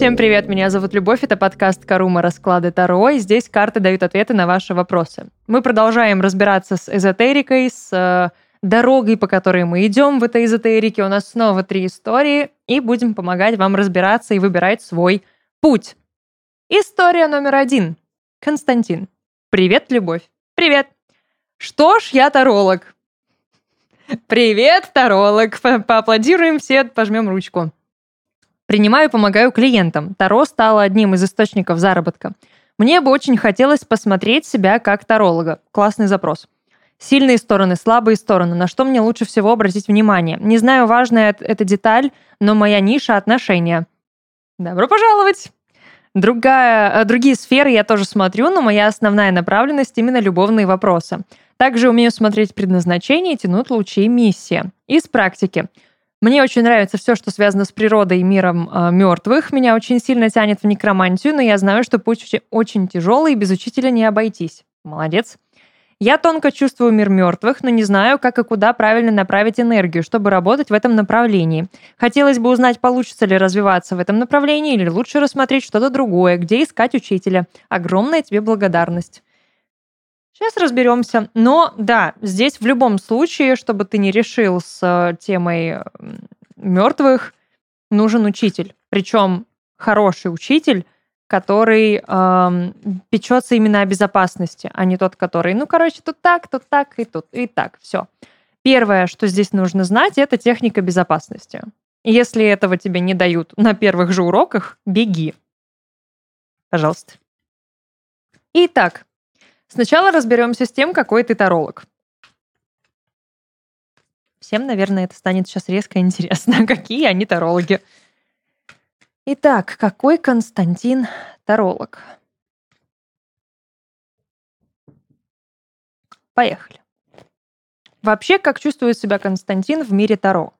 Всем привет, меня зовут Любовь, это подкаст «Карума. Расклады Таро», и здесь карты дают ответы на ваши вопросы. Мы продолжаем разбираться с эзотерикой, с дорогой, по которой мы идем в этой эзотерике. У нас снова 3 истории, и будем помогать вам разбираться и выбирать свой путь. История номер 1. Константин. Привет, Любовь. Привет. Что ж, я таролог. Привет, таролог. Поаплодируем все, пожмем ручку. Принимаю и помогаю клиентам. Таро стало одним из источников заработка. Мне бы очень хотелось посмотреть себя как таролога. Классный запрос. Сильные стороны, слабые стороны. На что мне лучше всего обратить внимание? Не знаю, важная эта деталь, но моя ниша — отношения. Добро пожаловать! Другие сферы я тоже смотрю, но моя основная направленность именно любовные вопросы. Также умею смотреть предназначение и тянуть лучи миссии. Из практики. Мне очень нравится все, что связано с природой и миром мертвых. Меня очень сильно тянет в некромантию, но я знаю, что путь очень тяжелый, и без учителя не обойтись. Молодец. Я тонко чувствую мир мертвых, но не знаю, как и куда правильно направить энергию, чтобы работать в этом направлении. Хотелось бы узнать, получится ли развиваться в этом направлении, или лучше рассмотреть что-то другое, где искать учителя. Огромная тебе благодарность. Сейчас разберемся. Но да, здесь в любом случае, чтобы ты не решил с темой мертвых, нужен учитель. Причем хороший учитель, который печется именно о безопасности, а не тот, который, тут так, и тут, и так, все. Первое, что здесь нужно знать, это техника безопасности. Если этого тебе не дают на первых же уроках, беги. Пожалуйста. Итак, сначала разберемся с тем, какой ты таролог. Всем, наверное, это станет сейчас резко интересно, какие они тарологи. Итак, какой Константин таролог? Поехали. Вообще, как чувствует себя Константин в мире Таро?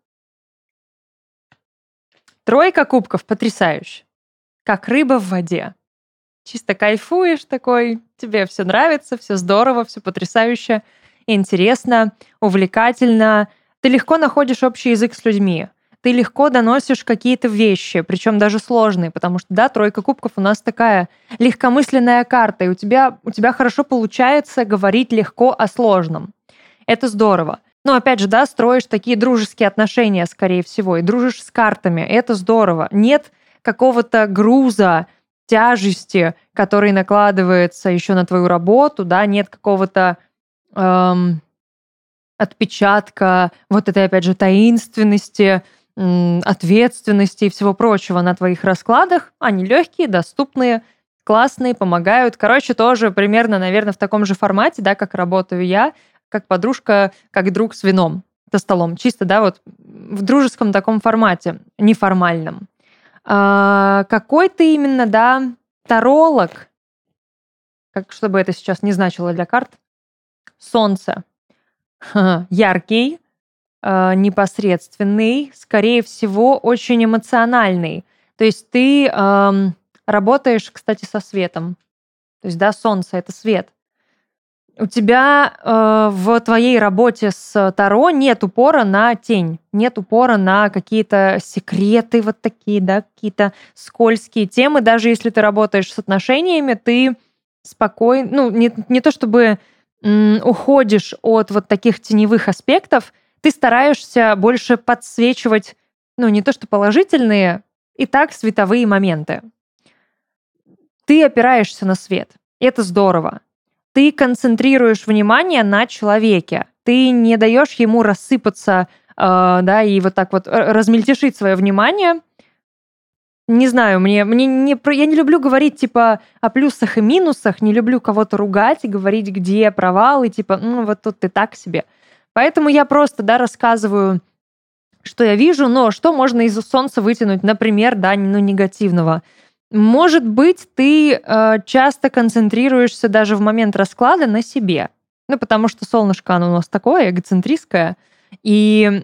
Тройка кубков потрясающе. Как рыба в воде. Чисто кайфуешь такой, тебе все нравится, все здорово, все потрясающе, интересно, увлекательно. Ты легко находишь общий язык с людьми. Ты легко доносишь какие-то вещи, причем даже сложные, потому что, да, тройка кубков у нас такая легкомысленная карта, и у тебя хорошо получается говорить легко о сложном. Это здорово. Но опять же, да, строишь такие дружеские отношения, скорее всего, и дружишь с картами. Это здорово. Нет какого-то груза, тяжести, который накладывается еще на твою работу, да, нет какого-то отпечатка вот этой, опять же, таинственности, ответственности и всего прочего на твоих раскладах. Они легкие, доступные, классные, помогают. Короче, тоже примерно, наверное, в таком же формате, да, как работаю я, как подружка, как друг с вином за столом. Чисто, да, вот в дружеском таком формате, неформальном. Какой ты именно, да, таролог, как, чтобы это сейчас не значило для карт, Солнце. Яркий, непосредственный, скорее всего, очень эмоциональный. То есть ты работаешь, кстати, со светом. То есть, да, Солнце — это свет. У тебя в твоей работе с Таро нет упора на тень, нет упора на какие-то секреты вот такие, да, какие-то скользкие темы. Даже если ты работаешь с отношениями, ты спокойно, не то чтобы уходишь от вот таких теневых аспектов, ты стараешься больше подсвечивать, не то что положительные, и так световые моменты. Ты опираешься на свет. Это здорово. Ты концентрируешь внимание на человеке. Ты не даешь ему рассыпаться, да, и вот так вот размельтешить свое внимание. Не знаю, я не люблю говорить, типа, о плюсах и минусах, не люблю кого-то ругать и говорить, где провал, и типа, вот тут ты так себе. Поэтому я просто, да, рассказываю, что я вижу, но что можно из Солнца вытянуть, например, да, негативного. Может быть, ты часто концентрируешься даже в момент расклада на себе. Потому что солнышко, оно у нас такое эгоцентристское, и,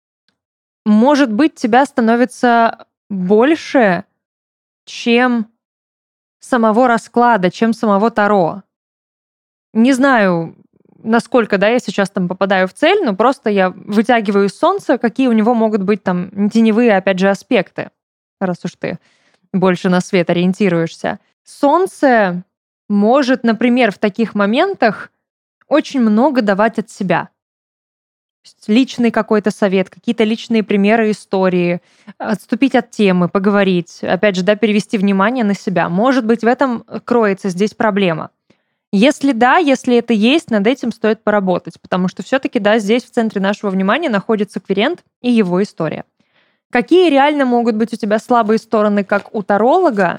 может быть, тебя становится больше, чем самого расклада, чем самого Таро. Не знаю, насколько, да, я сейчас там попадаю в цель, но просто я вытягиваю из Солнца, какие у него могут быть там теневые, опять же, аспекты, раз уж ты больше на свет ориентируешься. Солнце может, например, в таких моментах очень много давать от себя. То есть личный какой-то совет, какие-то личные примеры истории, отступить от темы, поговорить, опять же, да, перевести внимание на себя. Может быть, в этом кроется здесь проблема. Если да, если это есть, над этим стоит поработать, потому что все-таки, да, здесь в центре нашего внимания находится квирент и его история. Какие реально могут быть у тебя слабые стороны, как у таролога?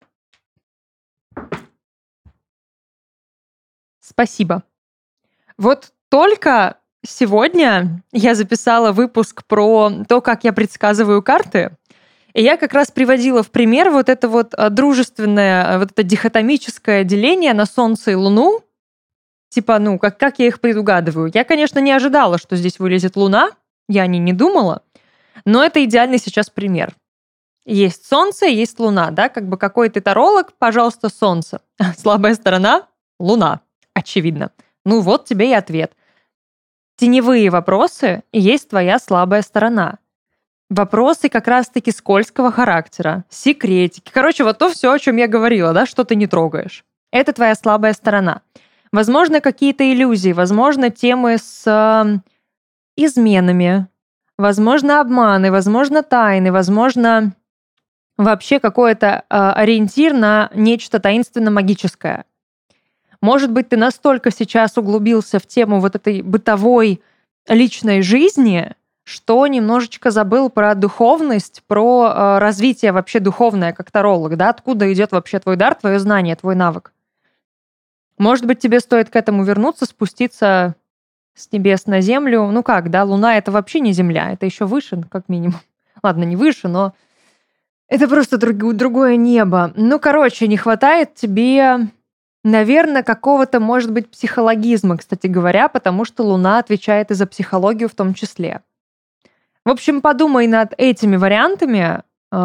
Спасибо. Вот только сегодня я записала выпуск про то, как я предсказываю карты, и я как раз приводила в пример вот это вот дружественное, вот это дихотомическое деление на Солнце и Луну. Типа, ну, как я их предугадываю. Я, конечно, не ожидала, что здесь вылезет Луна, я о ней не думала, но это идеальный сейчас пример. Есть Солнце, есть Луна, да, как бы какой ты таролог, пожалуйста, Солнце. Слабая сторона — Луна, очевидно. Ну вот тебе и ответ. Теневые вопросы и есть твоя слабая сторона. Вопросы как раз-таки скользкого характера, секретики. Короче, вот то все, о чем я говорила, да, что ты не трогаешь. Это твоя слабая сторона. Возможно, какие-то иллюзии, возможно, темы с изменами, возможно, обманы, возможно, тайны, возможно, вообще какой-то ориентир на нечто таинственно-магическое. Может быть, ты настолько сейчас углубился в тему вот этой бытовой личной жизни, что немножечко забыл про духовность, про развитие вообще духовное как таролог, да, откуда идет вообще твой дар, твое знание, твой навык. Может быть, тебе стоит к этому вернуться, спуститься с небес на землю. Ну как, да, Луна — это вообще не Земля, это еще выше, как минимум. Ладно, не выше, но это просто другое небо. Ну, короче, не хватает тебе, наверное, какого-то, может быть, психологизма, кстати говоря, потому что Луна отвечает и за психологию в том числе. В общем, подумай над этими вариантами.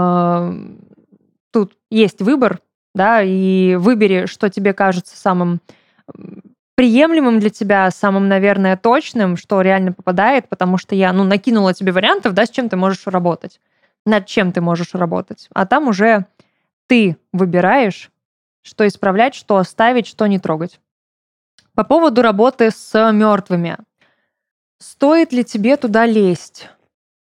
Тут есть выбор, да, и выбери, что тебе кажется самым приемлемым для тебя, самым, наверное, точным, что реально попадает, потому что я, накинула тебе вариантов, да, с чем ты можешь работать, над чем ты можешь работать. А там уже ты выбираешь, что исправлять, что оставить, что не трогать. По поводу работы с мертвыми. Стоит ли тебе туда лезть?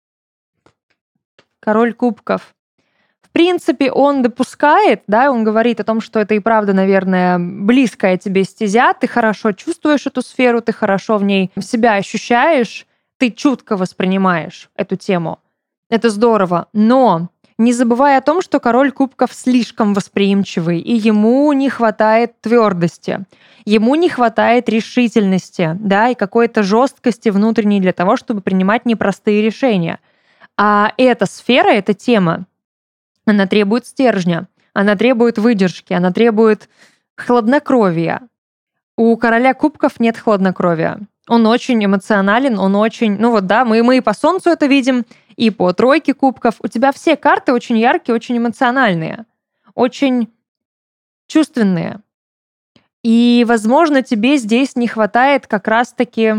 Король кубков. В принципе, он допускает, да, он говорит о том, что это и правда, наверное, близкая тебе стезя, ты хорошо чувствуешь эту сферу, ты хорошо в ней себя ощущаешь, ты чутко воспринимаешь эту тему. Это здорово, но не забывай о том, что король кубков слишком восприимчивый, и ему не хватает твердости, ему не хватает решительности, да, и какой-то жесткости внутренней для того, чтобы принимать непростые решения. А эта сфера, эта тема, она требует стержня, она требует выдержки, она требует хладнокровия. У короля кубков нет хладнокровия. Он очень эмоционален, он очень... мы и по солнцу это видим, и по тройке кубков. У тебя все карты очень яркие, очень эмоциональные, очень чувственные. И, возможно, тебе здесь не хватает как раз-таки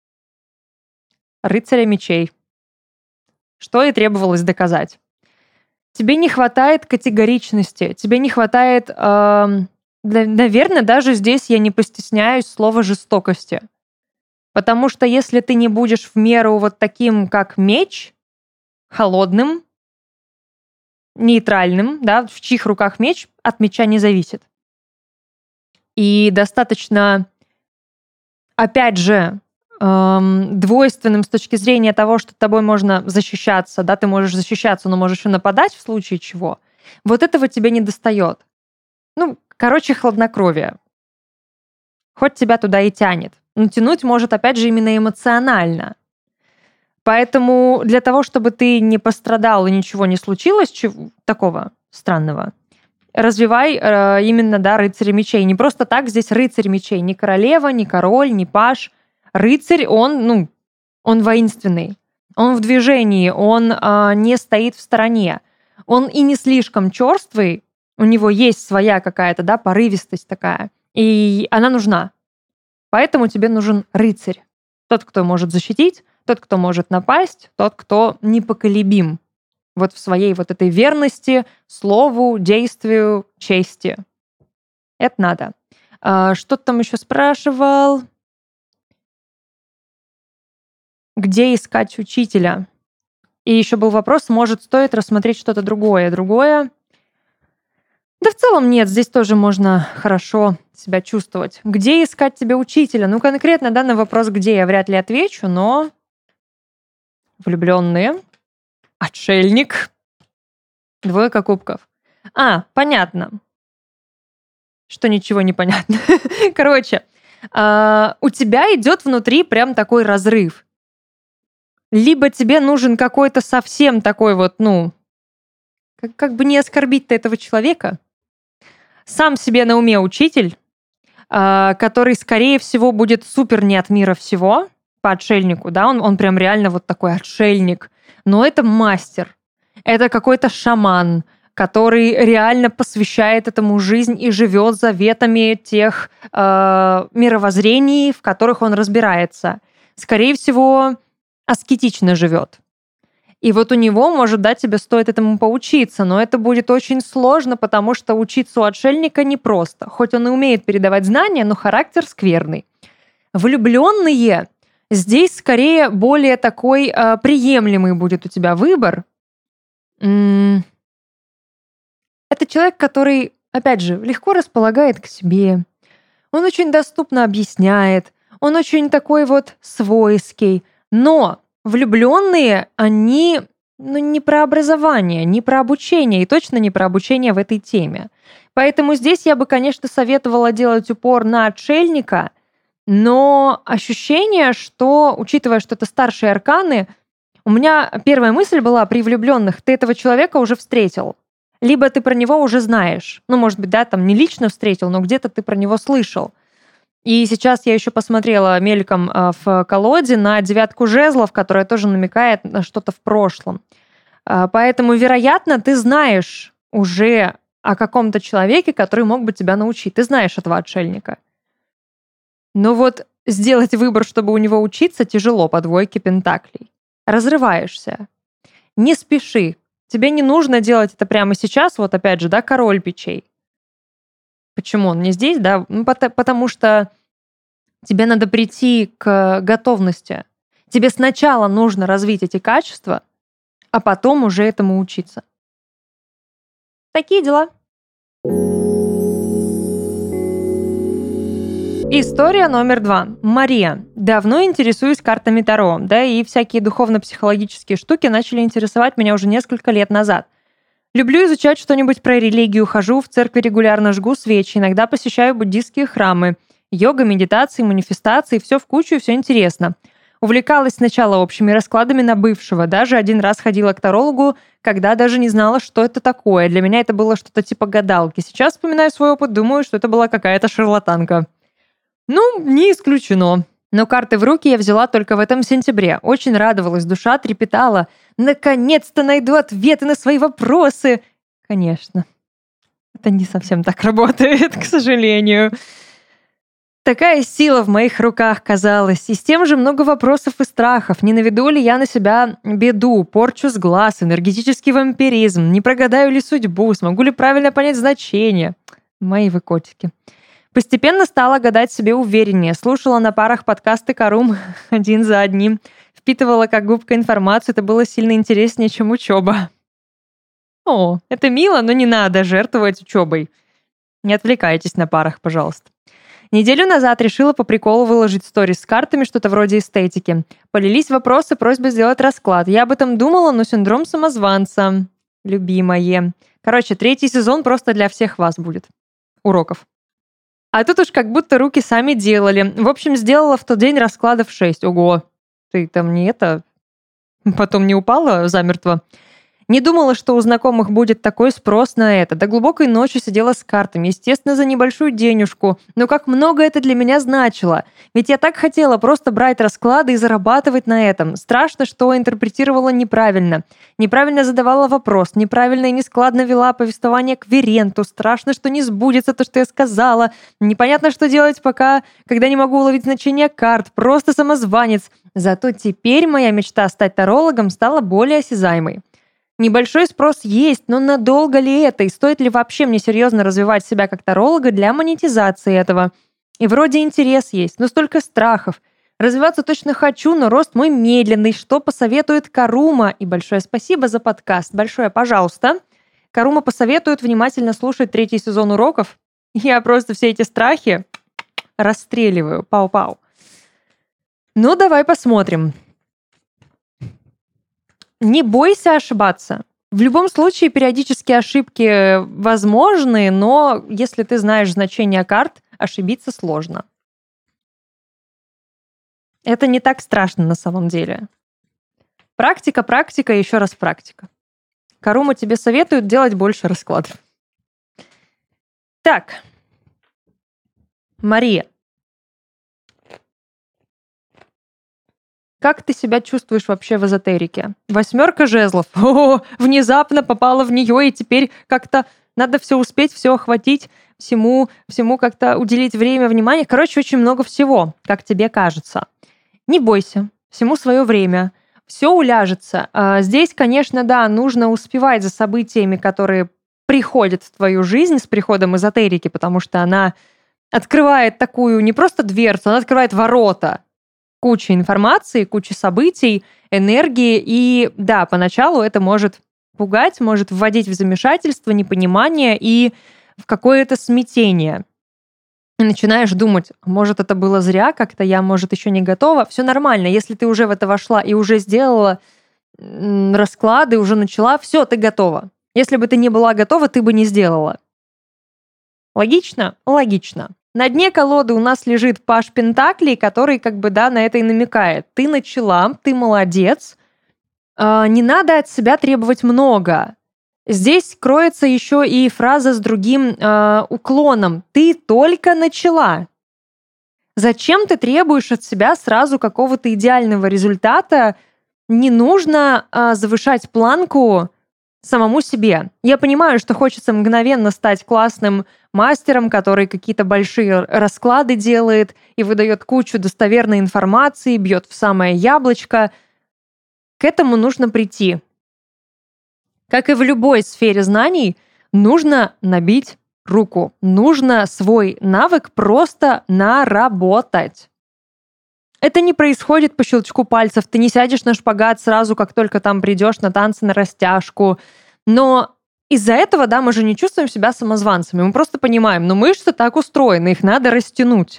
рыцаря мечей, что и требовалось доказать. Тебе не хватает категоричности, тебе не хватает, наверное, даже здесь я не постесняюсь слова жестокости. Потому что если ты не будешь в меру вот таким, как меч, холодным, нейтральным, да, в чьих руках меч, от меча не зависит. И достаточно, опять же, двойственным с точки зрения того, что тобой можно защищаться, да, ты можешь защищаться, но можешь и нападать в случае чего. Вот этого тебе не достает. Хладнокровие. Хоть тебя туда и тянет. Но тянуть может, опять же, именно эмоционально. Поэтому для того, чтобы ты не пострадал и ничего не случилось такого странного, развивай именно, да, рыцаря мечей. Не просто так здесь рыцарь мечей. Не королева, не король, не паж. Рыцарь, он воинственный. Он в движении, он не стоит в стороне. Он и не слишком черствый, у него есть своя какая-то, да, порывистость такая, и она нужна. Поэтому тебе нужен рыцарь. Тот, кто может защитить, тот, кто может напасть, тот, кто непоколебим. вот в своей вот этой верности, слову, действию, чести. Это надо. Что ты там еще спрашивал? Где искать учителя? И еще был вопрос, может, стоит рассмотреть что-то другое. Да в целом нет, здесь тоже можно хорошо себя чувствовать. Где искать тебе учителя? Ну, конкретно, да, на вопрос «где» я вряд ли отвечу, но влюбленные, отшельник, 2 кубков. Понятно, что ничего не понятно. Короче, у тебя идет внутри прям такой разрыв. Либо тебе нужен какой-то совсем такой вот, как бы не оскорбить-то этого человека, сам себе на уме учитель, который, скорее всего, будет супер не от мира всего по отшельнику, да, он прям реально вот такой отшельник, но это мастер, это какой-то шаман, который реально посвящает этому жизнь и живет заветами тех мировоззрений, в которых он разбирается. Скорее всего, аскетично живет. И вот у него, может, да, тебе стоит этому поучиться, но это будет очень сложно, потому что учиться у отшельника непросто. Хоть он и умеет передавать знания, но характер скверный. Влюбленные здесь скорее более такой приемлемый будет у тебя выбор. Это человек, который, опять же, легко располагает к себе. Он очень доступно объясняет. Он очень такой вот свойский. Но влюбленные, они не про образование, не про обучение, и точно не про обучение в этой теме. Поэтому здесь я бы, конечно, советовала делать упор на отшельника, но ощущение, что, учитывая, что это старшие арканы, у меня первая мысль была при влюбленных: ты этого человека уже встретил. Либо ты про него уже знаешь. Может быть, да, там не лично встретил, но где-то ты про него слышал. И сейчас я еще посмотрела мельком в колоде на 9 жезлов, которая тоже намекает на что-то в прошлом. Поэтому, вероятно, ты знаешь уже о каком-то человеке, который мог бы тебя научить. Ты знаешь этого отшельника. Но вот сделать выбор, чтобы у него учиться, тяжело по 2 пентаклей. Разрываешься. Не спеши. Тебе не нужно делать это прямо сейчас. Вот опять же, да, король бичей. Почему он не здесь, да? Потому что тебе надо прийти к готовности. Тебе сначала нужно развить эти качества, а потом уже этому учиться. Такие дела. История номер 2. Мария. Давно интересуюсь картами Таро, да, и всякие духовно-психологические штуки начали интересовать меня уже несколько лет назад. Люблю изучать что-нибудь про религию, хожу в церкви регулярно, жгу свечи, иногда посещаю буддистские храмы. Йога, медитации, манифестации, все в кучу и все интересно. Увлекалась сначала общими раскладами на бывшего, даже один раз ходила к тарологу, когда даже не знала, что это такое. Для меня это было что-то типа гадалки. Сейчас, вспоминаю свой опыт, думаю, что это была какая-то шарлатанка. Не исключено. Но карты в руки я взяла только в этом сентябре. Очень радовалась, душа трепетала. Наконец-то найду ответы на свои вопросы. Конечно. Это не совсем так работает, к сожалению. Такая сила в моих руках казалась. И с тем же много вопросов и страхов. Не наведу ли я на себя беду, порчу с глаз, энергетический вампиризм? Не прогадаю ли судьбу? Смогу ли правильно понять значение? Мои вы котики. Постепенно стала гадать себе увереннее, слушала на парах подкасты Карум один за одним, впитывала как губка информацию, это было сильно интереснее, чем учеба. О, это мило, но не надо жертвовать учебой. Не отвлекайтесь на парах, пожалуйста. Неделю назад решила по приколу выложить сторис с картами, что-то вроде эстетики. Полились вопросы, просьбы сделать расклад. Я об этом думала, но синдром самозванца. Любимое. Короче, 3 сезон просто для всех вас будет. Уроков. А тут уж как будто руки сами делали. В общем, сделала в тот день раскладов 6. Ого, ты там потом не упала замертво? Не думала, что у знакомых будет такой спрос на это. До глубокой ночи сидела с картами, естественно, за небольшую денежку. Но как много это для меня значило. Ведь я так хотела просто брать расклады и зарабатывать на этом. Страшно, что интерпретировала неправильно. Неправильно задавала вопрос, неправильно и нескладно вела повествование к Веренту. Страшно, что не сбудется то, что я сказала. Непонятно, что делать когда не могу уловить значение карт. Просто самозванец. Зато теперь моя мечта стать тарологом стала более осязаемой. Небольшой спрос есть, но надолго ли это? И стоит ли вообще мне серьезно развивать себя как таролога для монетизации этого? И вроде интерес есть, но столько страхов. Развиваться точно хочу, но рост мой медленный. Что посоветует Карума? И большое спасибо за подкаст. Большое пожалуйста. Карума посоветует внимательно слушать 3-й сезон уроков. Я просто все эти страхи расстреливаю. Пау-пау. Ну, давай посмотрим. Не бойся ошибаться. В любом случае, периодически ошибки возможны, но если ты знаешь значение карт, ошибиться сложно. Это не так страшно на самом деле. Практика, практика и еще раз практика. Карума тебе советует делать больше раскладов. Так. Мария. Как ты себя чувствуешь вообще в эзотерике? 8 жезлов. О, внезапно попала в нее, и теперь как-то надо все успеть, все охватить, всему как-то уделить время, внимание. Короче, очень много всего, как тебе кажется. Не бойся, всему свое время. Все уляжется. Здесь, конечно, да, нужно успевать за событиями, которые приходят в твою жизнь с приходом эзотерики, потому что она открывает такую не просто дверцу, она открывает ворота. Куча информации, куча событий, энергии. И да, поначалу это может пугать, может вводить в замешательство, непонимание и в какое-то смятение. И начинаешь думать, может, это было зря, как-то я, может, еще не готова. Все нормально. Если ты уже в это вошла и уже сделала расклады, уже начала, все, ты готова. Если бы ты не была готова, ты бы не сделала. Логично? Логично. На дне колоды у нас лежит паж пентаклей, который как бы, да, на это и намекает. Ты начала, ты молодец. Не надо от себя требовать много. Здесь кроется еще и фраза с другим уклоном. Ты только начала. Зачем ты требуешь от себя сразу какого-то идеального результата? Не нужно завышать планку самому себе. Я понимаю, что хочется мгновенно стать классным мастером, который какие-то большие расклады делает и выдает кучу достоверной информации, бьет в самое яблочко. К этому нужно прийти. Как и в любой сфере знаний, нужно набить руку. Нужно свой навык просто наработать. Это не происходит по щелчку пальцев. Ты не сядешь на шпагат сразу, как только там придешь на танцы на растяжку. Но из-за этого, да, мы же не чувствуем себя самозванцами. Мы просто понимаем, ну мышцы так устроены, их надо растянуть.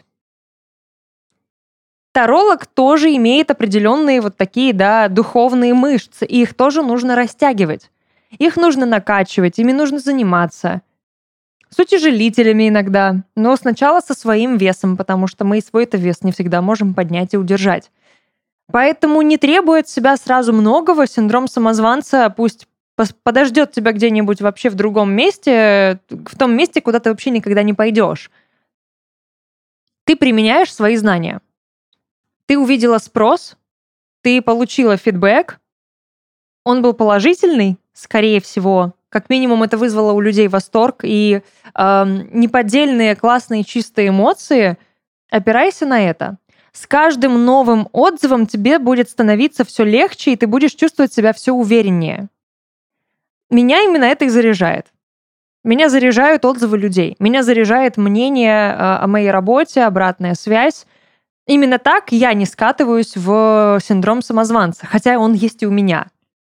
Таролог тоже имеет определенные вот такие, да, духовные мышцы, и их тоже нужно растягивать. Их нужно накачивать, ими нужно заниматься. С утяжелителями иногда, но сначала со своим весом, потому что мы и свой-то вес не всегда можем поднять и удержать. Поэтому не требуй от себя сразу многого, синдром самозванца пусть подождет тебя где-нибудь вообще в другом месте, в том месте, куда ты вообще никогда не пойдешь. Ты применяешь свои знания. Ты увидела спрос, ты получила фидбэк, он был положительный, скорее всего. Как минимум это вызвало у людей восторг и неподдельные, классные, чистые эмоции. Опирайся на это. С каждым новым отзывом тебе будет становиться все легче, и ты будешь чувствовать себя все увереннее. Меня именно это и заряжает. Меня заряжают отзывы людей. Меня заряжает мнение о моей работе, обратная связь. Именно так я не скатываюсь в синдром самозванца, хотя он есть и у меня.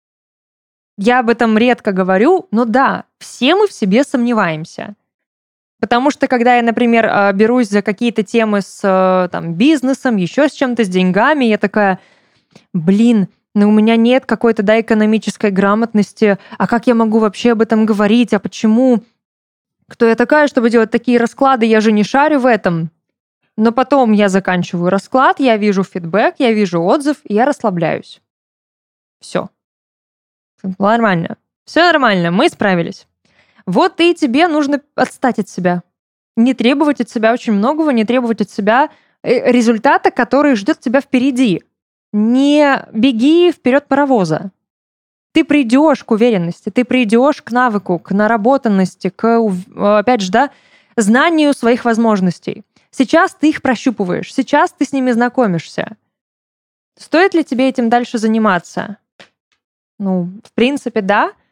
Я об этом редко говорю, но да, все мы в себе сомневаемся. Потому что, когда я, например, берусь за какие-то темы с бизнесом, еще с чем-то, с деньгами, я такая, но у меня нет какой-то, да, экономической грамотности, а как я могу вообще об этом говорить, а почему? Кто я такая, чтобы делать такие расклады, я же не шарю в этом. Но потом я заканчиваю расклад, я вижу фидбэк, я вижу отзыв, и я расслабляюсь. Все. Нормально. Все нормально, мы справились. Вот и тебе нужно отстать от себя. Не требовать от себя очень многого, не требовать от себя результата, который ждет тебя впереди. Не беги вперед паровоза. Ты придешь к уверенности, ты придешь к навыку, к наработанности, к, опять же, да, знанию своих возможностей. Сейчас ты их прощупываешь, сейчас ты с ними знакомишься. Стоит ли тебе этим дальше заниматься? В принципе, да.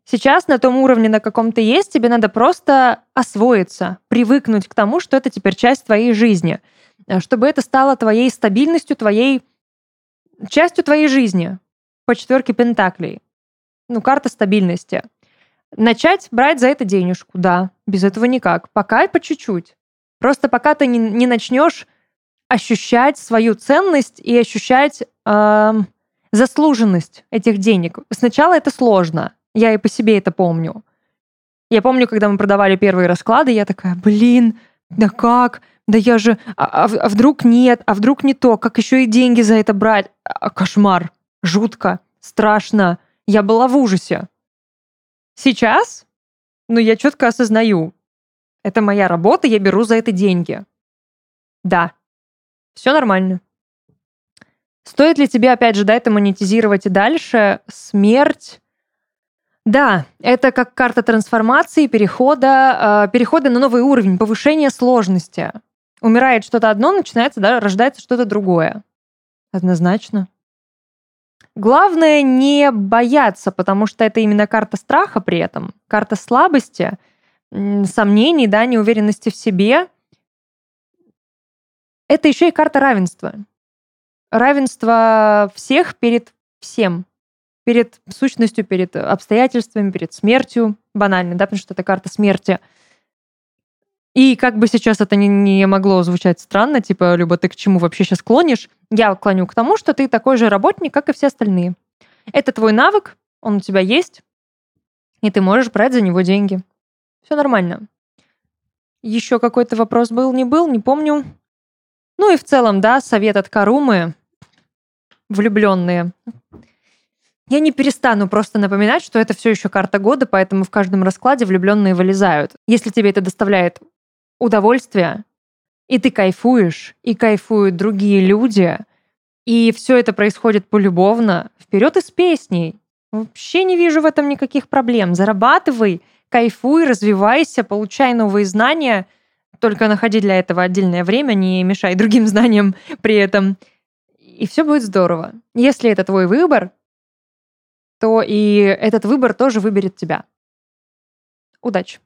Сейчас на том уровне, на каком ты есть, тебе надо просто освоиться, привыкнуть к тому, что это теперь часть твоей жизни, чтобы это стало твоей стабильностью, частью твоей жизни. По 4 пентаклей. Карта стабильности. Начать брать за это денежку, да, без этого никак. Пока и по чуть-чуть. Просто пока ты не начнешь ощущать свою ценность и ощущать заслуженность этих денег. Сначала это сложно. Я и по себе это помню. Я помню, когда мы продавали первые расклады, я такая, да как? Да я же... А вдруг нет? А вдруг не то? Как еще и деньги за это брать? Кошмар. Жутко. Страшно. Я была в ужасе. Сейчас? Я четко осознаю. Это моя работа, я беру за это деньги. Да. Все нормально. Стоит ли тебе, опять же, это монетизировать и дальше? Смерть. Да, это как карта трансформации, перехода на новый уровень, повышения сложности. Умирает что-то одно, начинается, рождается что-то другое. Однозначно. Главное не бояться, потому что это именно карта страха при этом, карта слабости, сомнений, неуверенности в себе. Это еще и карта равенства. Равенство всех перед всем. Перед сущностью, перед обстоятельствами, перед смертью. Банально, потому что это карта смерти. И как бы сейчас это не могло звучать странно, типа, Люба, ты к чему вообще сейчас клонишь? Я клоню к тому, что ты такой же работник, как и все остальные. Это твой навык, он у тебя есть, и ты можешь брать за него деньги. Все нормально. Еще какой-то вопрос был, не помню. И в целом, совет от Карумы. Влюбленные. Я не перестану просто напоминать, что это все еще карта года, поэтому в каждом раскладе влюбленные вылезают. Если тебе это доставляет удовольствие, и ты кайфуешь, и кайфуют другие люди, и все это происходит полюбовно, вперед из песней. Вообще не вижу в этом никаких проблем. Зарабатывай, кайфуй, развивайся, получай новые знания. Только находи для этого отдельное время, не мешай другим знаниям при этом. И все будет здорово. Если это твой выбор, то и этот выбор тоже выберет тебя. Удачи!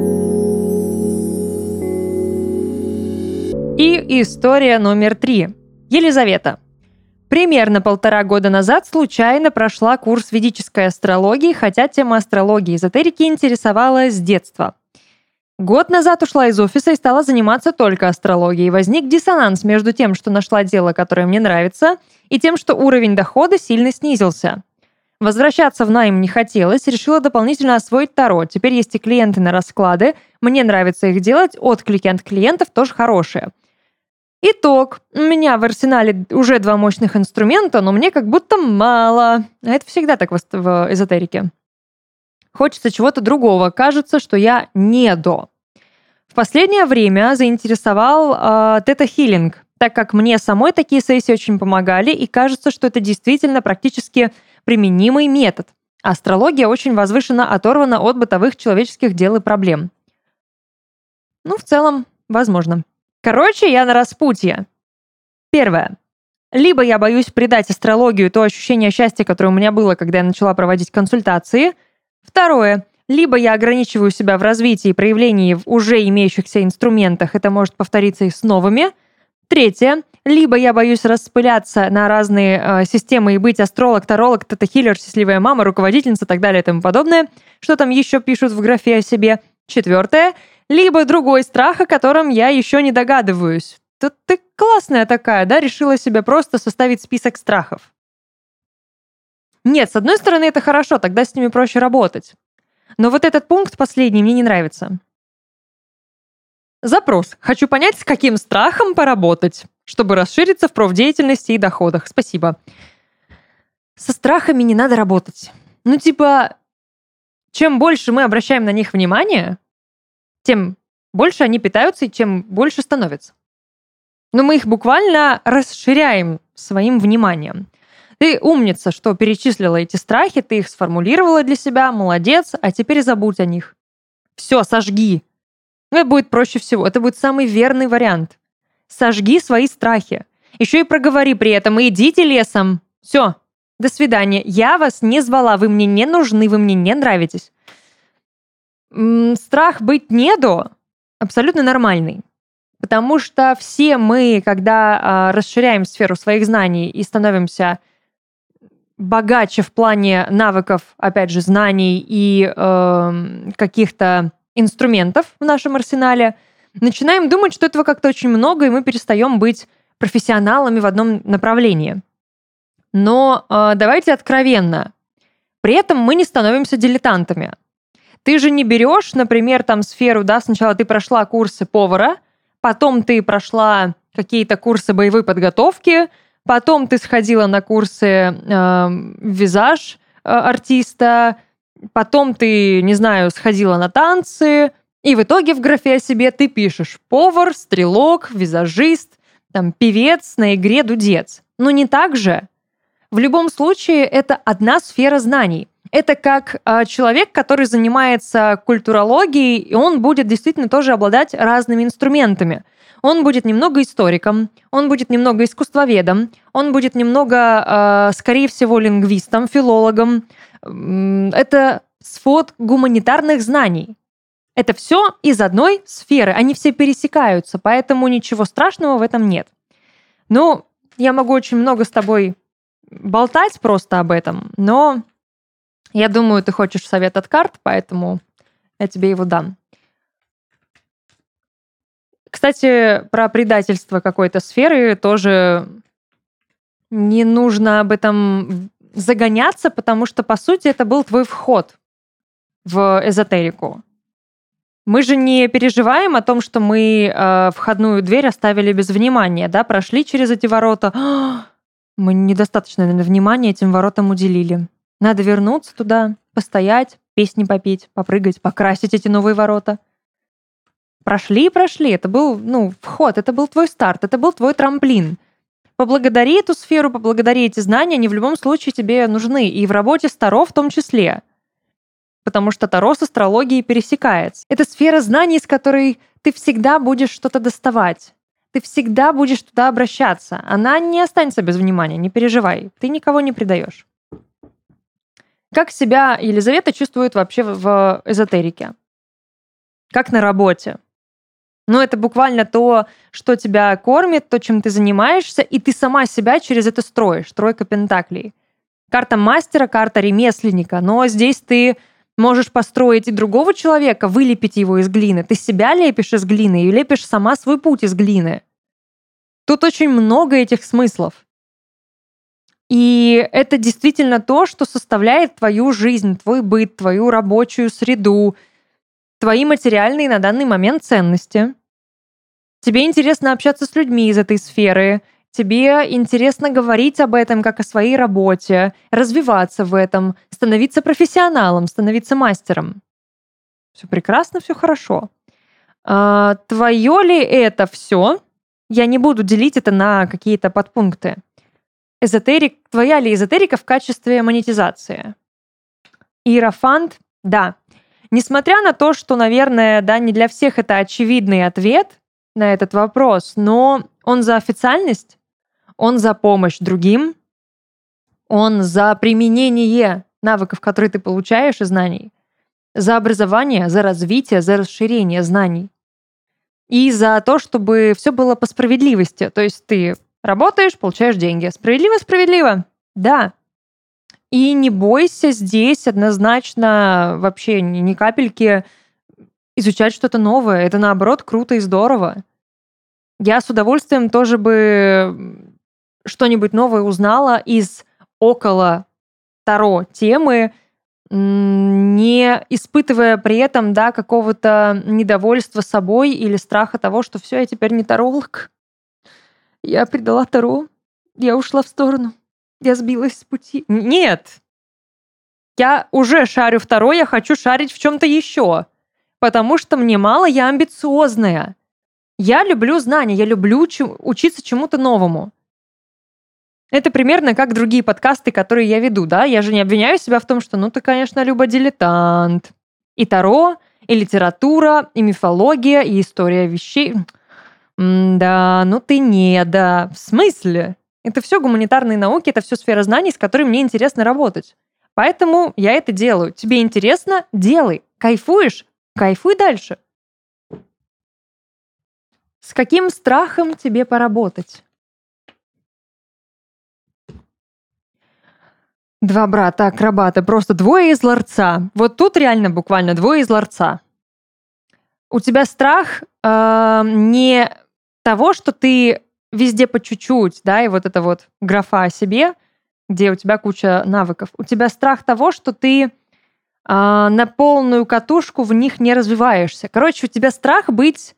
И история номер 3. Елизавета. Примерно 1,5 года назад случайно прошла курс ведической астрологии, хотя тема астрологии и эзотерики интересовала с детства. Год назад ушла из офиса и стала заниматься только астрологией. Возник диссонанс между тем, что нашла дело, которое мне нравится, и тем, что уровень дохода сильно снизился. Возвращаться в найм не хотелось, решила дополнительно освоить Таро. Теперь есть и клиенты на расклады, мне нравится их делать, отклики от клиентов тоже хорошие. Итог. У меня в арсенале уже 2 мощных инструмента, но мне как будто мало. А это всегда так в эзотерике. Хочется чего-то другого. Кажется, что я недо. В последнее время заинтересовал тета-хилинг, так как мне самой такие сессии очень помогали, и кажется, что это действительно практически применимый метод. Астрология очень возвышенно оторвана от бытовых человеческих дел и проблем. В целом, возможно. Короче, я на распутье. Первое. Либо я боюсь предать астрологию то ощущение счастья, которое у меня было, когда я начала проводить консультации. Второе. Либо я ограничиваю себя в развитии и проявлении в уже имеющихся инструментах, это может повториться и с новыми. Третье. Либо я боюсь распыляться на разные системы и быть астролог, таролог, тета-хиллер, счастливая мама, руководительница и так далее и тому подобное. Что там еще пишут в графе о себе? Четвертое. Либо другой страх, о котором я еще не догадываюсь. Тут ты классная такая, решила себе просто составить список страхов. Нет, с одной стороны, это хорошо, тогда с ними проще работать. Но вот этот пункт последний мне не нравится. Запрос. Хочу понять, с каким страхом поработать, чтобы расшириться в профдеятельности и доходах. Спасибо. Со страхами не надо работать. Чем больше мы обращаем на них внимание, тем больше они питаются и тем больше становятся. Но мы их буквально расширяем своим вниманием. Ты умница, что перечислила эти страхи, ты их сформулировала для себя, молодец, а теперь забудь о них. Все, сожги. Это будет проще всего, это будет самый верный вариант. Сожги свои страхи. Еще и проговори при этом, идите лесом. Все, До свидания. Я вас не звала, вы мне не нужны, вы мне не нравитесь. Страх быть недо абсолютно нормальный. Потому что все мы, когда расширяем сферу своих знаний и становимся богаче в плане навыков, опять же, знаний и каких-то инструментов в нашем арсенале, начинаем думать, что этого как-то очень много, и мы перестаем быть профессионалами в одном направлении. Но давайте откровенно. При этом мы не становимся дилетантами. Ты же не берешь, например, там сферу, да, сначала ты прошла курсы повара, потом ты прошла какие-то курсы боевой подготовки, потом ты сходила на курсы визаж артиста, потом ты, не знаю, сходила на танцы, и в итоге в графе о себе ты пишешь повар, стрелок, визажист, там, певец, на игре дудец. Но не так же. В любом случае, это одна сфера знаний. Это как человек, который занимается культурологией, и он будет действительно тоже обладать разными инструментами. Он будет немного историком, он будет немного искусствоведом, он будет немного, скорее всего, лингвистом, филологом. Это свод гуманитарных знаний. Это все из одной сферы, они все пересекаются, поэтому ничего страшного в этом нет. Ну, я могу очень много с тобой болтать просто об этом, но я думаю, ты хочешь совет от карт, поэтому я тебе его дам. Кстати, про предательство какой-то сферы тоже не нужно об этом загоняться, потому что, по сути, это был твой вход в эзотерику. Мы же не переживаем о том, что мы входную дверь оставили без внимания, да, прошли через эти ворота. Мы недостаточно, наверное, внимания этим воротам уделили. Надо вернуться туда, постоять, песни попеть, попрыгать, покрасить эти новые ворота. Прошли. Это был, вход, это был твой старт, это был твой трамплин. Поблагодари эту сферу, поблагодари эти знания, они в любом случае тебе нужны. И в работе с Таро в том числе. Потому что Таро с астрологией пересекается. Это сфера знаний, с которой ты всегда будешь что-то доставать. Ты всегда будешь туда обращаться. Она не останется без внимания, не переживай. Ты никого не предаешь. Как себя Елизавета чувствует вообще в эзотерике? Как на работе? Это буквально то, что тебя кормит, то, чем ты занимаешься, и ты сама себя через это строишь. Тройка пентаклей. Карта мастера, карта ремесленника. Но здесь ты можешь построить и другого человека, вылепить его из глины. Ты себя лепишь из глины и лепишь сама свой путь из глины. Тут очень много этих смыслов. И это действительно то, что составляет твою жизнь, твой быт, твою рабочую среду, твои материальные на данный момент ценности. Тебе интересно общаться с людьми из этой сферы, тебе интересно говорить об этом как о своей работе, развиваться в этом, становиться профессионалом, становиться мастером. Все прекрасно, все хорошо. Твое ли это все? Я не буду делить это на какие-то подпункты. Твоя ли эзотерика в качестве монетизации? Иерофант, да. Несмотря на то, что, наверное, да, не для всех это очевидный ответ на этот вопрос, но он за официальность, он за помощь другим, он за применение навыков, которые ты получаешь и знаний, за образование, за развитие, за расширение знаний и за то, чтобы все было по справедливости. То есть ты работаешь, получаешь деньги. Справедливо? Да. И не бойся здесь однозначно вообще ни капельки изучать что-то новое. Это, наоборот, круто и здорово. Я с удовольствием тоже бы что-нибудь новое узнала из около Таро темы, не испытывая при этом, да, какого-то недовольства собой или страха того, что все, я теперь не таролог. Я предала Таро, я ушла в сторону, я сбилась с пути. Нет! Я уже шарю в Таро, я хочу шарить в чем-то еще. Потому что мне мало, я амбициозная. Я люблю знания, я люблю учиться чему-то новому. Это примерно как другие подкасты, которые я веду, да? Я же не обвиняю себя в том, что, ты, конечно, Люба, дилетант. И Таро, и литература, и мифология, и история вещей. Да, ты не, да. В смысле? Это все гуманитарные науки, это все сфера знаний, с которой мне интересно работать. Поэтому я это делаю. Тебе интересно? Делай. Кайфуешь? Кайфуй дальше. С каким страхом тебе поработать? 2 брата, акробаты, просто двое из ларца. Вот тут реально буквально двое из ларца. У тебя страх не того, что ты везде по чуть-чуть, да, и вот это вот графа о себе, где у тебя куча навыков. У тебя страх того, что ты на полную катушку в них не развиваешься. Короче, у тебя страх быть,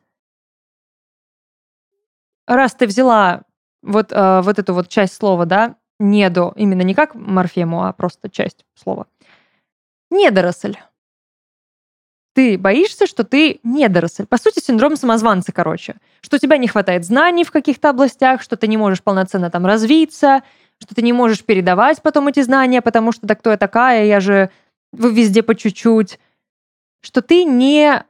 раз ты взяла вот эту вот часть слова, да, недо, именно не как морфему, а просто часть слова. Недоросль. Ты боишься, что ты недоросль. По сути, синдром самозванца, короче. Что у тебя не хватает знаний в каких-то областях, что ты не можешь полноценно там развиться, что ты не можешь передавать потом эти знания, потому что да кто я такая, я же везде по чуть-чуть. Что ты не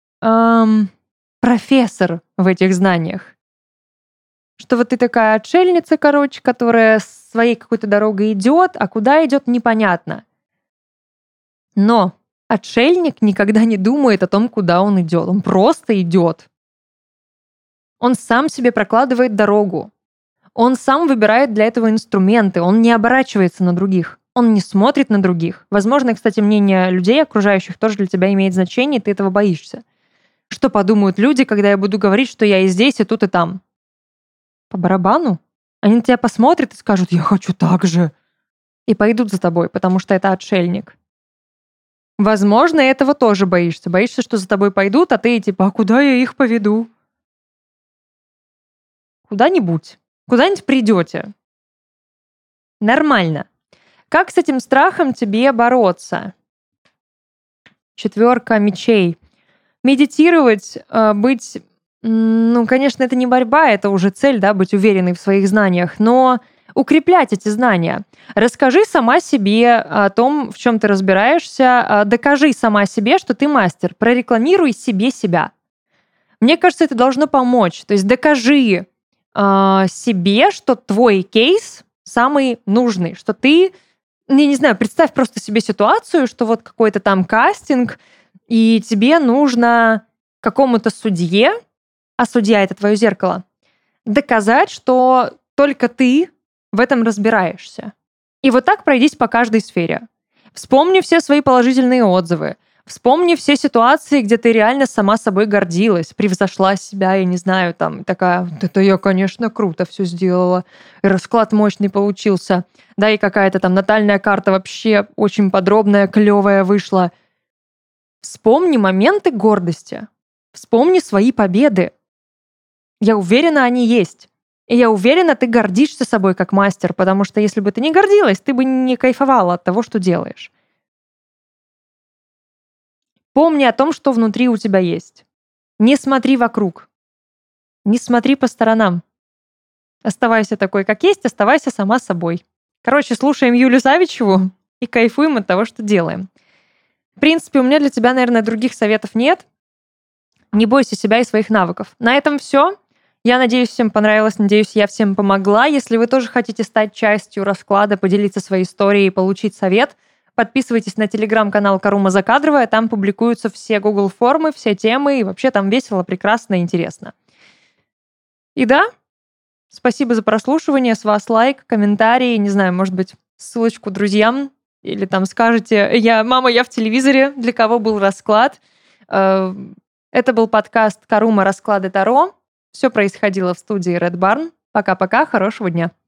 профессор в этих знаниях. Что вот ты такая отшельница, короче, которая своей какой-то дорогой идет, а куда идет, непонятно. Но отшельник никогда не думает о том, куда он идет. Он просто идет. Он сам себе прокладывает дорогу. Он сам выбирает для этого инструменты. Он не оборачивается на других. Он не смотрит на других. Возможно, кстати, мнение людей, окружающих, тоже для тебя имеет значение, и ты этого боишься. Что подумают люди, когда я буду говорить, что я и здесь, и тут, и там? По барабану? Они на тебя посмотрят и скажут: «Я хочу так же». И пойдут за тобой, потому что это отшельник. Возможно, этого тоже боишься. Боишься, что за тобой пойдут, а ты типа: «А куда я их поведу?» Куда-нибудь. Куда-нибудь придете. Нормально. Как с этим страхом тебе бороться? 4 мечей. Медитировать, быть... Ну, конечно, это не борьба, это уже цель, да, быть уверенной в своих знаниях, но укреплять эти знания. Расскажи сама себе о том, в чем ты разбираешься, докажи сама себе, что ты мастер, прорекламируй себе себя. Мне кажется, это должно помочь. То есть докажи себе, что твой кейс самый нужный, что ты, не знаю, представь просто себе ситуацию, что вот какой-то там кастинг, и тебе нужно какому-то судье, а судья — это твое зеркало, доказать, что только ты в этом разбираешься. И вот так пройдись по каждой сфере. Вспомни все свои положительные отзывы. Вспомни все ситуации, где ты реально сама собой гордилась, превзошла себя, я не знаю, там, такая: «Вот это я, конечно, круто все сделала, и расклад мощный получился». Да, и какая-то там натальная карта вообще очень подробная, клевая вышла. Вспомни моменты гордости. Вспомни свои победы. Я уверена, они есть. И я уверена, ты гордишься собой как мастер, потому что если бы ты не гордилась, ты бы не кайфовала от того, что делаешь. Помни о том, что внутри у тебя есть. Не смотри вокруг. Не смотри по сторонам. Оставайся такой, как есть, оставайся сама собой. Короче, слушаем Юлю Савичеву и кайфуем от того, что делаем. В принципе, у меня для тебя, наверное, других советов нет. Не бойся себя и своих навыков. На этом все. Я надеюсь, всем понравилось, надеюсь, я всем помогла. Если вы тоже хотите стать частью расклада, поделиться своей историей и получить совет, подписывайтесь на телеграм-канал Карума Закадровая, там публикуются все Google формы, все темы, и вообще там весело, прекрасно и интересно. И да, спасибо за прослушивание, с вас лайк, комментарий, не знаю, может быть, ссылочку друзьям, или там скажете: «Мама, я в телевизоре», для кого был расклад. Это был подкаст Карума Расклады Таро. Все происходило в студии Red Barn. Пока-пока, хорошего дня.